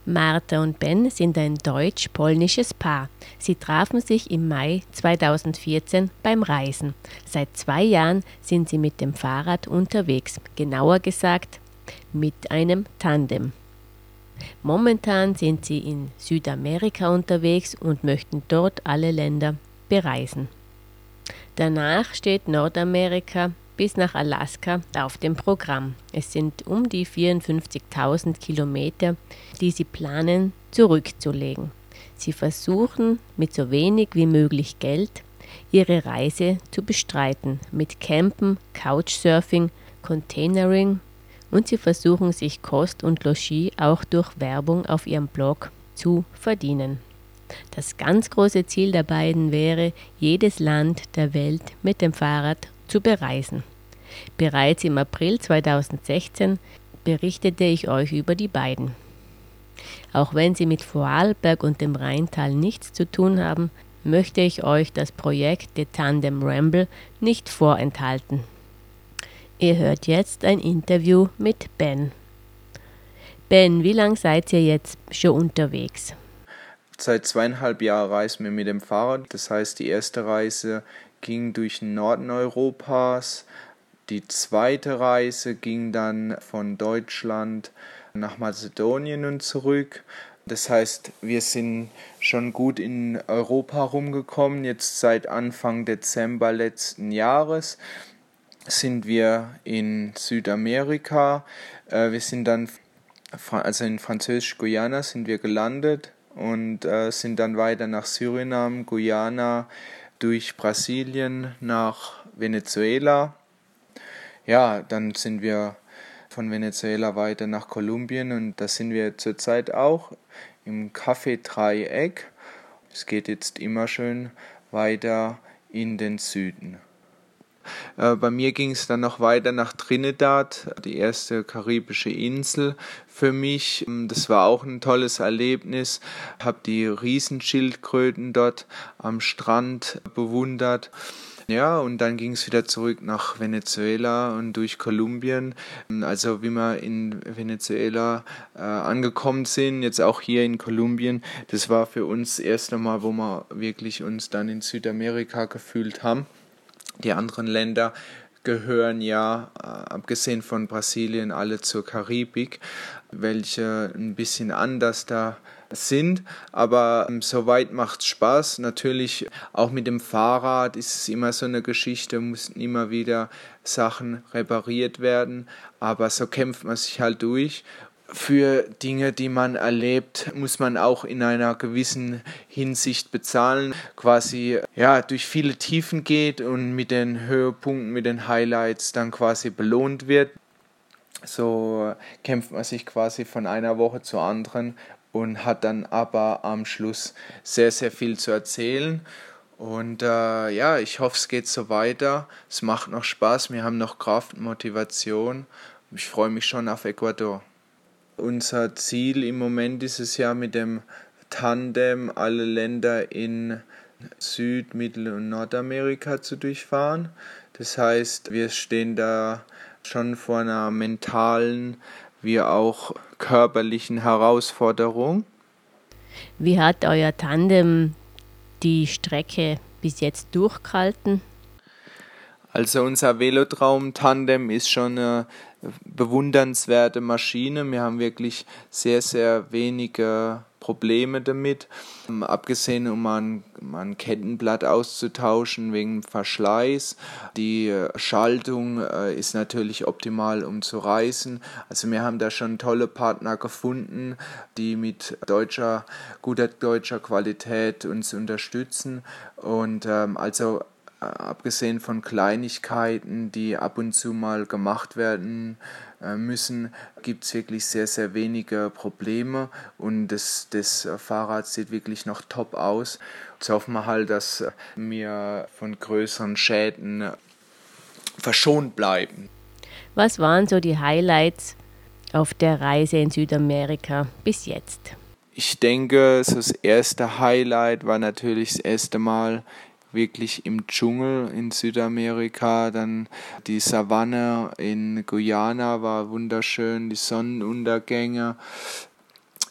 Martha und Ben sind ein deutsch-polnisches Paar. Sie trafen sich im Mai 2014 beim Reisen. Seit 2 Jahren sind sie mit dem Fahrrad unterwegs, genauer gesagt mit einem Tandem. Momentan sind sie in Südamerika unterwegs und möchten dort alle Länder bereisen. Danach steht Nordamerika bis nach Alaska auf dem Programm. Es sind um die 54.000 Kilometer, die sie planen zurückzulegen. Sie versuchen mit so wenig wie möglich Geld ihre Reise zu bestreiten, mit Campen, Couchsurfing, Containering, und sie versuchen sich Kost und Logis auch durch Werbung auf ihrem Blog zu verdienen. Das ganz große Ziel der beiden wäre, jedes Land der Welt mit dem Fahrrad zu bereisen. Bereits im April 2016 berichtete ich euch über die beiden. Auch wenn sie mit Vorarlberg und dem Rheintal nichts zu tun haben, möchte ich euch das Projekt The Tandem Ramble nicht vorenthalten. Ihr hört jetzt ein Interview mit Ben. Ben, wie lange seid ihr jetzt schon unterwegs? Seit 2,5 Jahren reisen wir mit dem Fahrrad. Das heißt, die erste Reise ging durch den Norden Europas. Die zweite Reise ging dann von Deutschland nach Mazedonien und zurück. Das heißt, wir sind schon gut in Europa rumgekommen. Jetzt seit Anfang Dezember letzten Jahres sind wir in Südamerika. Wir sind dann, also in Französisch-Guyana sind wir gelandet und sind dann weiter nach Suriname, Guyana, durch Brasilien nach Venezuela. Ja, dann sind wir von Venezuela weiter nach Kolumbien und da sind wir zurzeit auch im Kaffeedreieck. Es geht jetzt immer schön weiter in den Süden. Bei mir ging es dann noch weiter nach Trinidad, die erste karibische Insel für mich. Das war auch ein tolles Erlebnis. Habe die Riesenschildkröten dort am Strand bewundert. Ja, und dann ging es wieder zurück nach Venezuela und durch Kolumbien. Also wie wir in Venezuela angekommen sind, jetzt auch hier in Kolumbien, das war für uns das erste Mal, wo wir wirklich uns dann in Südamerika gefühlt haben. Die anderen Länder gehören ja, abgesehen von Brasilien, alle zur Karibik, welche ein bisschen anders da sind, aber soweit macht's Spaß. Natürlich auch mit dem Fahrrad ist es immer so eine Geschichte, mussten immer wieder Sachen repariert werden, aber so kämpft man sich halt durch. Für Dinge, die man erlebt, muss man auch in einer gewissen Hinsicht bezahlen, quasi ja durch viele Tiefen geht und mit den Höhepunkten, mit den Highlights dann quasi belohnt wird. So kämpft man sich quasi von einer Woche zur anderen und hat dann aber am Schluss sehr, sehr viel zu erzählen. Und ja, ich hoffe, es geht so weiter. Es macht noch Spaß, wir haben noch Kraft und Motivation. Ich freue mich schon auf Ecuador. Unser Ziel im Moment ist es ja mit dem Tandem alle Länder in Süd-, Mittel- und Nordamerika zu durchfahren. Das heißt, wir stehen da schon vor einer mentalen wie auch körperlichen Herausforderung. Wie hat euer Tandem die Strecke bis jetzt durchgehalten? Also unser Velotraum-Tandem ist schon eine bewundernswerte Maschine. Wir haben wirklich sehr, sehr wenige Probleme damit. Abgesehen, um ein Kettenblatt auszutauschen wegen Verschleiß. Die Schaltung ist natürlich optimal, um zu reisen. Also wir haben da schon tolle Partner gefunden, die mit guter deutscher Qualität uns unterstützen. Und also abgesehen von Kleinigkeiten, die ab und zu mal gemacht werden müssen, gibt es wirklich sehr, sehr wenige Probleme und das Fahrrad sieht wirklich noch top aus. Jetzt hoffen wir halt, dass wir von größeren Schäden verschont bleiben. Was waren so die Highlights auf der Reise in Südamerika bis jetzt? Ich denke, so das erste Highlight war natürlich das erste Mal wirklich im Dschungel in Südamerika, dann die Savanne in Guyana war wunderschön, die Sonnenuntergänge,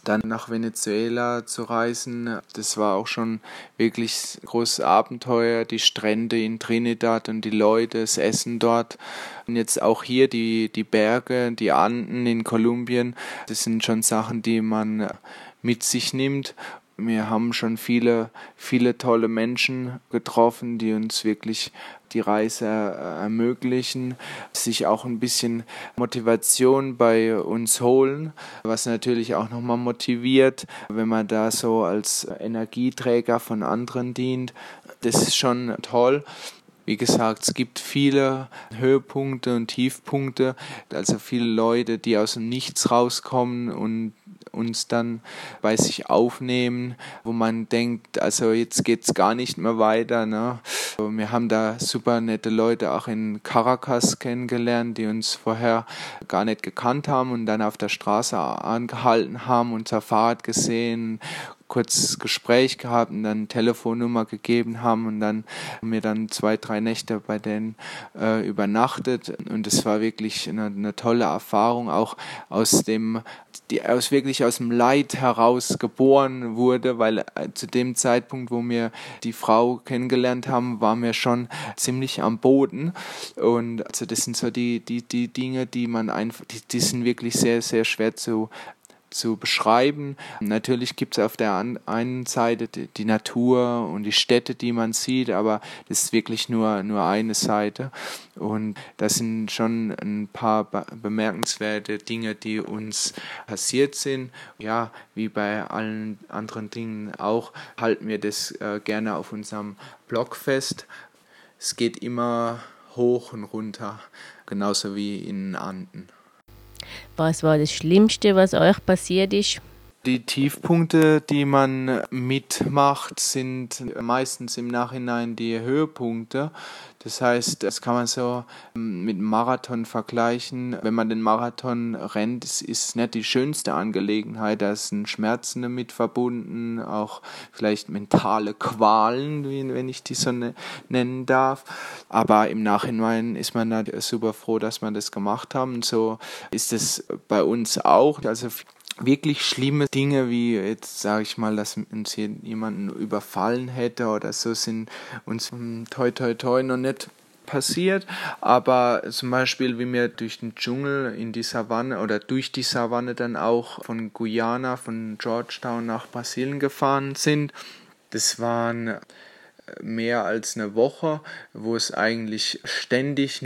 Dann nach Venezuela zu reisen, das war auch schon wirklich ein großes Abenteuer. Die Strände in Trinidad und die Leute, das Essen dort. Und jetzt auch hier die Berge, die Anden in Kolumbien. Das sind schon Sachen, die man mit sich nimmt. Wir haben schon viele tolle Menschen getroffen, die uns wirklich die Reise ermöglichen, sich auch ein bisschen Motivation bei uns holen, was natürlich auch nochmal motiviert, wenn man da so als Energieträger von anderen dient. Das ist schon toll. Wie gesagt, es gibt viele Höhepunkte und Tiefpunkte, also viele Leute, die aus dem Nichts rauskommen und uns dann bei sich aufnehmen, wo man denkt, also jetzt geht's gar nicht mehr weiter, ne? Wir haben da super nette Leute auch in Caracas kennengelernt, die uns vorher gar nicht gekannt haben und dann auf der Straße angehalten haben, unser Fahrrad gesehen, kurz Gespräch gehabt und dann Telefonnummer gegeben haben und dann haben wir dann 2-3 Nächte bei denen übernachtet und es war wirklich eine tolle Erfahrung, auch wirklich aus dem Leid heraus geboren wurde, weil zu dem Zeitpunkt, wo wir die Frau kennengelernt haben, waren wir schon ziemlich am Boden und also das sind so die Dinge, die man einfach, die sind wirklich sehr, sehr schwer zu beschreiben. Natürlich gibt es auf der einen Seite die Natur und die Städte, die man sieht, aber das ist wirklich nur eine Seite. Und das sind schon ein paar bemerkenswerte Dinge, die uns passiert sind. Ja, wie bei allen anderen Dingen auch, halten wir das gerne auf unserem Blog fest. Es geht immer hoch und runter, genauso wie in Anden. Was war das Schlimmste, was euch passiert ist? Die Tiefpunkte, die man mitmacht, sind meistens im Nachhinein die Höhepunkte. Das heißt, das kann man so mit Marathon vergleichen. Wenn man den Marathon rennt, ist nicht die schönste Angelegenheit. Da sind Schmerzen damit verbunden, auch vielleicht mentale Qualen, wenn ich die so nennen darf. Aber im Nachhinein ist man da super froh, dass man das gemacht haben. Und so ist es bei uns auch. Also wirklich schlimme Dinge, wie jetzt sage ich mal, dass uns hier jemanden überfallen hätte oder so, sind uns toi toi toi noch nicht passiert, aber zum Beispiel, wie wir durch den Dschungel in die Savanne oder durch die Savanne dann auch von Guyana, von Georgetown nach Brasilien gefahren sind, das waren mehr als eine Woche, wo es eigentlich ständig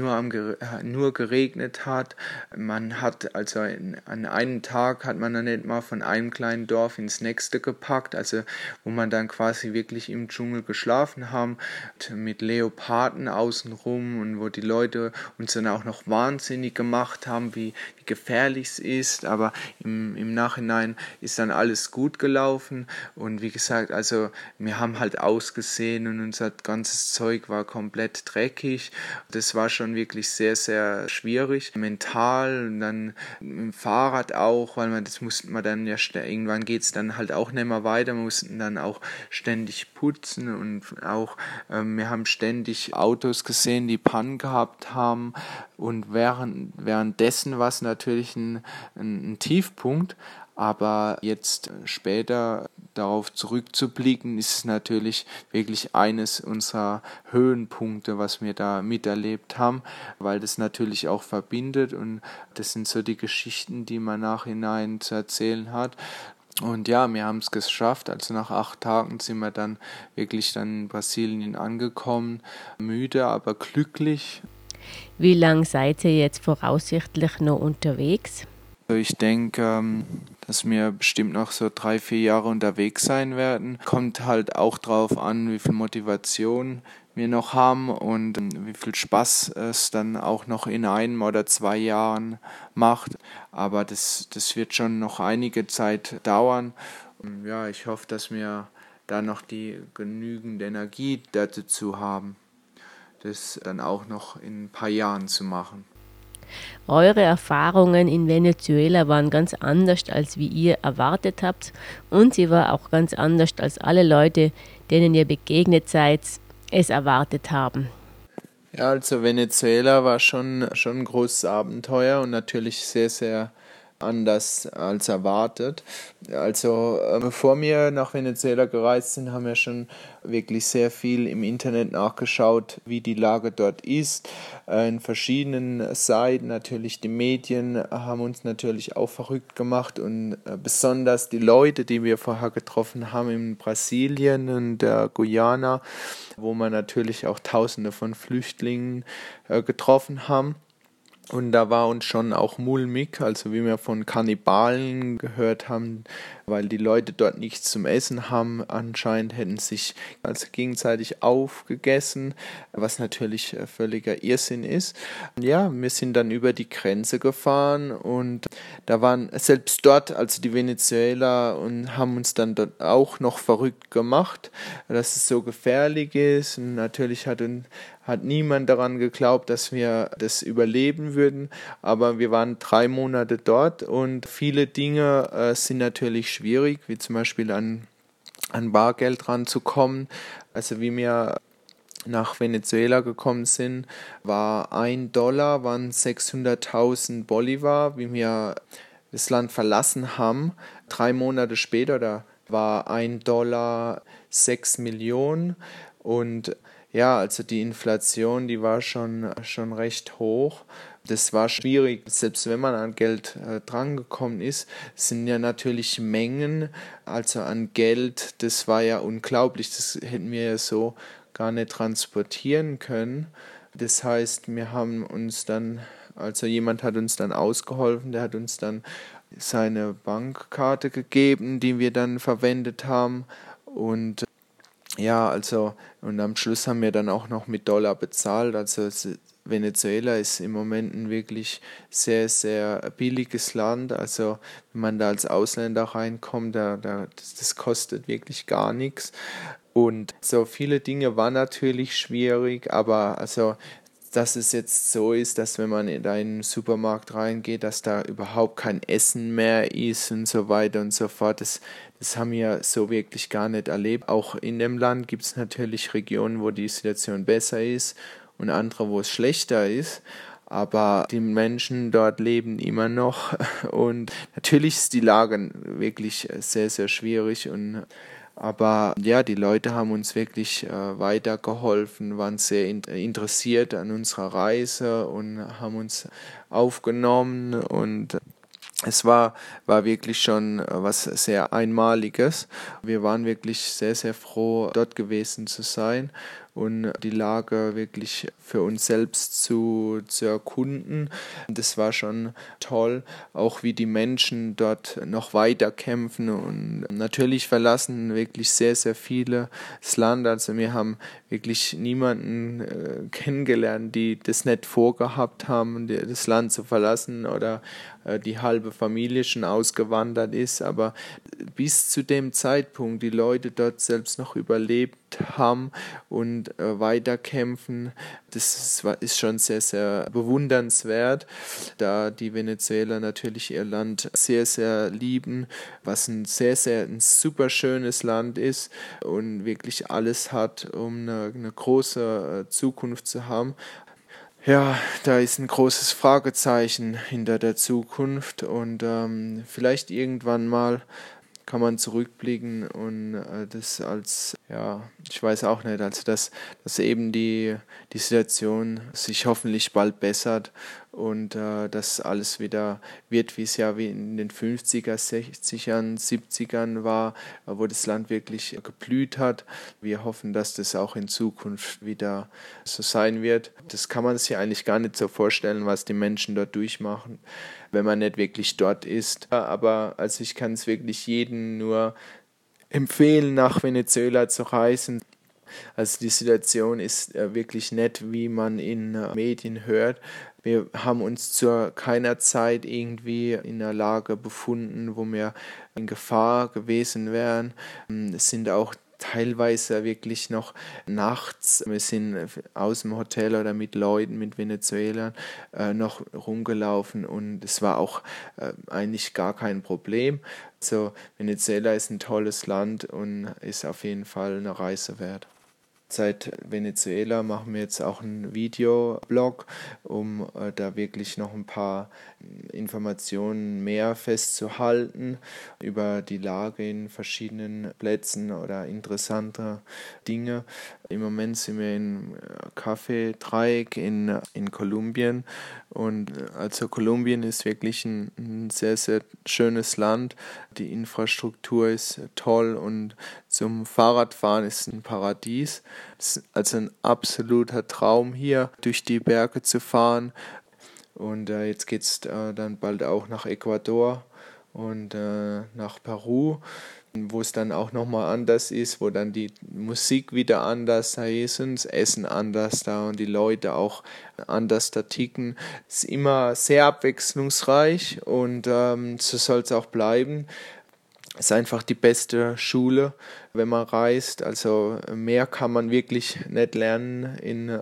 nur geregnet hat. Man hat also an einem Tag hat man dann nicht mal von einem kleinen Dorf ins nächste gepackt, also wo man dann quasi wirklich im Dschungel geschlafen haben, mit Leoparden außenrum und wo die Leute uns dann auch noch wahnsinnig gemacht haben, wie gefährlich es ist, aber im Nachhinein ist dann alles gut gelaufen und wie gesagt, also wir haben halt ausgesehen und unser ganzes Zeug war komplett dreckig. Das war schon wirklich sehr, sehr schwierig, mental und dann mit dem Fahrrad auch, weil das mussten wir dann ja, irgendwann geht es dann halt auch nicht mehr weiter, wir mussten dann auch ständig putzen und auch, wir haben ständig Autos gesehen, die Pannen gehabt haben und währenddessen war es natürlich ein Tiefpunkt, aber jetzt später darauf zurückzublicken, ist es natürlich wirklich eines unserer Höhenpunkte, was wir da miterlebt haben, weil das natürlich auch verbindet und das sind so die Geschichten, die man nachhinein zu erzählen hat. Und ja, wir haben es geschafft, also nach 8 Tagen sind wir dann wirklich in Brasilien angekommen, müde, aber glücklich. Wie lange seid ihr jetzt voraussichtlich noch unterwegs? Ich denke, dass wir bestimmt noch so 3-4 Jahre unterwegs sein werden. Kommt halt auch drauf an, wie viel Motivation wir noch haben und wie viel Spaß es dann auch noch in 1 oder 2 Jahren macht. Aber das wird schon noch einige Zeit dauern. Und ja, ich hoffe, dass wir da noch die genügend Energie dazu haben, das dann auch noch in ein paar Jahren zu machen. Eure Erfahrungen in Venezuela waren ganz anders, als wie ihr erwartet habt und sie war auch ganz anders, als alle Leute, denen ihr begegnet seid, es erwartet haben. Ja, also Venezuela war schon ein großes Abenteuer und natürlich sehr, sehr anders als erwartet. Also bevor wir nach Venezuela gereist sind, haben wir schon wirklich sehr viel im Internet nachgeschaut, wie die Lage dort ist. In verschiedenen Seiten, natürlich die Medien haben uns natürlich auch verrückt gemacht und besonders die Leute, die wir vorher getroffen haben in Brasilien und der Guyana, wo wir natürlich auch Tausende von Flüchtlingen getroffen haben. Und da war uns schon auch mulmig, also wie wir von Kannibalen gehört haben, weil die Leute dort nichts zum Essen haben. Anscheinend hätten sich also gegenseitig aufgegessen, was natürlich völliger Irrsinn ist. Ja, wir sind dann über die Grenze gefahren und da waren selbst dort, also die Venezueler, und haben uns dann dort auch noch verrückt gemacht, dass es so gefährlich ist. Und natürlich hat niemand daran geglaubt, dass wir das überleben würden, aber wir waren 3 Monate dort und viele Dinge sind natürlich schwierig, wie zum Beispiel an Bargeld ranzukommen. Also wie wir nach Venezuela gekommen sind, war $1, waren 600.000 Bolivar. Wie wir das Land verlassen haben, 3 Monate später, da war $1 6 Millionen. Und ja, also die Inflation, die war schon recht hoch. Das war schwierig, selbst wenn man an Geld drangekommen ist, sind ja natürlich Mengen, also an Geld, das war ja unglaublich, das hätten wir ja so gar nicht transportieren können. Das heißt, wir haben uns dann, also jemand hat uns dann ausgeholfen, der hat uns dann seine Bankkarte gegeben, die wir dann verwendet haben und ja, also und am Schluss haben wir dann auch noch mit Dollar bezahlt. Also Venezuela ist im Moment ein wirklich sehr, sehr billiges Land. Also wenn man da als Ausländer reinkommt, das kostet wirklich gar nichts. Und so viele Dinge waren natürlich schwierig, aber also dass es jetzt so ist, dass wenn man in einen Supermarkt reingeht, dass da überhaupt kein Essen mehr ist und so weiter und so fort. Das haben wir so wirklich gar nicht erlebt. Auch in dem Land gibt es natürlich Regionen, wo die Situation besser ist und andere, wo es schlechter ist. Aber die Menschen dort leben immer noch und natürlich ist die Lage wirklich sehr, sehr schwierig aber ja, die Leute haben uns wirklich weitergeholfen, waren sehr interessiert an unserer Reise und haben uns aufgenommen und es war wirklich schon was sehr Einmaliges. Wir waren wirklich sehr, sehr froh, dort gewesen zu sein und die Lage wirklich für uns selbst zu erkunden. Das war schon toll, auch wie die Menschen dort noch weiter kämpfen und natürlich verlassen wirklich sehr, sehr viele das Land. Also wir haben wirklich niemanden kennengelernt, die das nicht vorgehabt haben, das Land zu verlassen oder die halbe Familie schon ausgewandert ist, aber bis zu dem Zeitpunkt die Leute dort selbst noch überlebt haben und weiterkämpfen, das ist schon sehr, sehr bewundernswert, da die Venezueler natürlich ihr Land sehr, sehr lieben, was ein super schönes Land ist und wirklich alles hat, um eine große Zukunft zu haben. Ja, da ist ein großes Fragezeichen hinter der Zukunft und vielleicht irgendwann mal kann man zurückblicken und das als, ja, ich weiß auch nicht, also dass eben die Situation sich hoffentlich bald bessert und dass alles wieder wird, wie es ja wie in den 50er, 60ern, 70ern war, wo das Land wirklich geblüht hat. Wir hoffen, dass das auch in Zukunft wieder so sein wird. Das kann man sich eigentlich gar nicht so vorstellen, was die Menschen dort durchmachen, wenn man nicht wirklich dort ist. Aber also ich kann es wirklich jedem nur empfehlen, nach Venezuela zu reisen. Also die Situation ist wirklich nett, wie man in Medien hört. Wir haben uns zu keiner Zeit irgendwie in einer Lage befunden, wo wir in Gefahr gewesen wären. Es sind auch teilweise wirklich noch nachts, wir sind aus dem Hotel oder mit Leuten, mit Venezuelern noch rumgelaufen und es war auch eigentlich gar kein Problem. Also Venezuela ist ein tolles Land und ist auf jeden Fall eine Reise wert. Seit Venezuela machen wir jetzt auch einen Videoblog, um da wirklich noch ein paar Informationen mehr festzuhalten über die Lage in verschiedenen Plätzen oder interessante Dinge. Im Moment sind wir in Kaffeedreieck in Kolumbien, und also Kolumbien ist wirklich ein sehr, sehr schönes Land. Die Infrastruktur ist toll und zum Fahrradfahren ist ein Paradies. Es ist also ein absoluter Traum, hier durch die Berge zu fahren. Und jetzt geht es dann bald auch nach Ecuador und nach Peru, wo es dann auch nochmal anders ist, wo dann die Musik wieder anders da ist und das Essen anders da und die Leute auch anders da ticken. Es ist immer sehr abwechslungsreich, und so soll es auch bleiben. Es ist einfach die beste Schule, wenn man reist. Also mehr kann man wirklich nicht lernen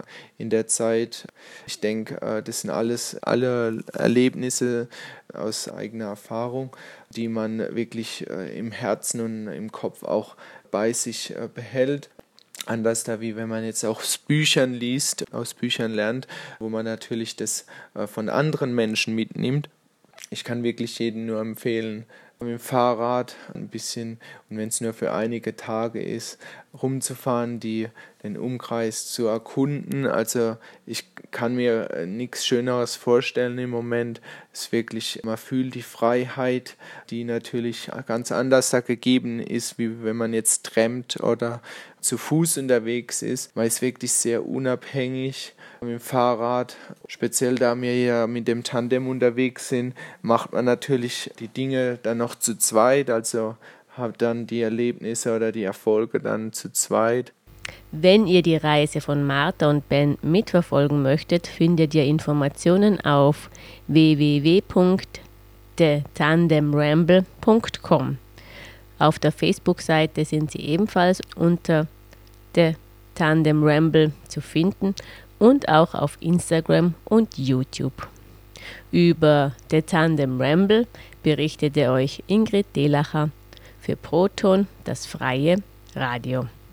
in der Zeit. Ich denke, das sind alle Erlebnisse aus eigener Erfahrung, die man wirklich im Herzen und im Kopf auch bei sich behält. Anders da, wie wenn man jetzt auch aus Büchern liest, aus Büchern lernt, wo man natürlich das von anderen Menschen mitnimmt. Ich kann wirklich jedem nur empfehlen, mit dem Fahrrad ein bisschen, und wenn es nur für einige Tage ist, rumzufahren, den Umkreis zu erkunden. Also ich kann mir nichts Schöneres vorstellen im Moment. Es ist wirklich, man fühlt die Freiheit, die natürlich ganz anders da gegeben ist, wie wenn man jetzt trampt oder zu Fuß unterwegs ist. Man ist wirklich sehr unabhängig mit dem Fahrrad. Speziell da wir ja mit dem Tandem unterwegs sind, macht man natürlich die Dinge dann noch zu zweit, also hat dann die Erlebnisse oder die Erfolge dann zu zweit. Wenn ihr die Reise von Martha und Ben mitverfolgen möchtet, findet ihr Informationen auf www.thetandemramble.com. Auf der Facebook-Seite sind sie ebenfalls unter The Tandem Ramble zu finden und auch auf Instagram und YouTube. Über The Tandem Ramble berichtete euch Ingrid Delacher für Proton, das freie Radio.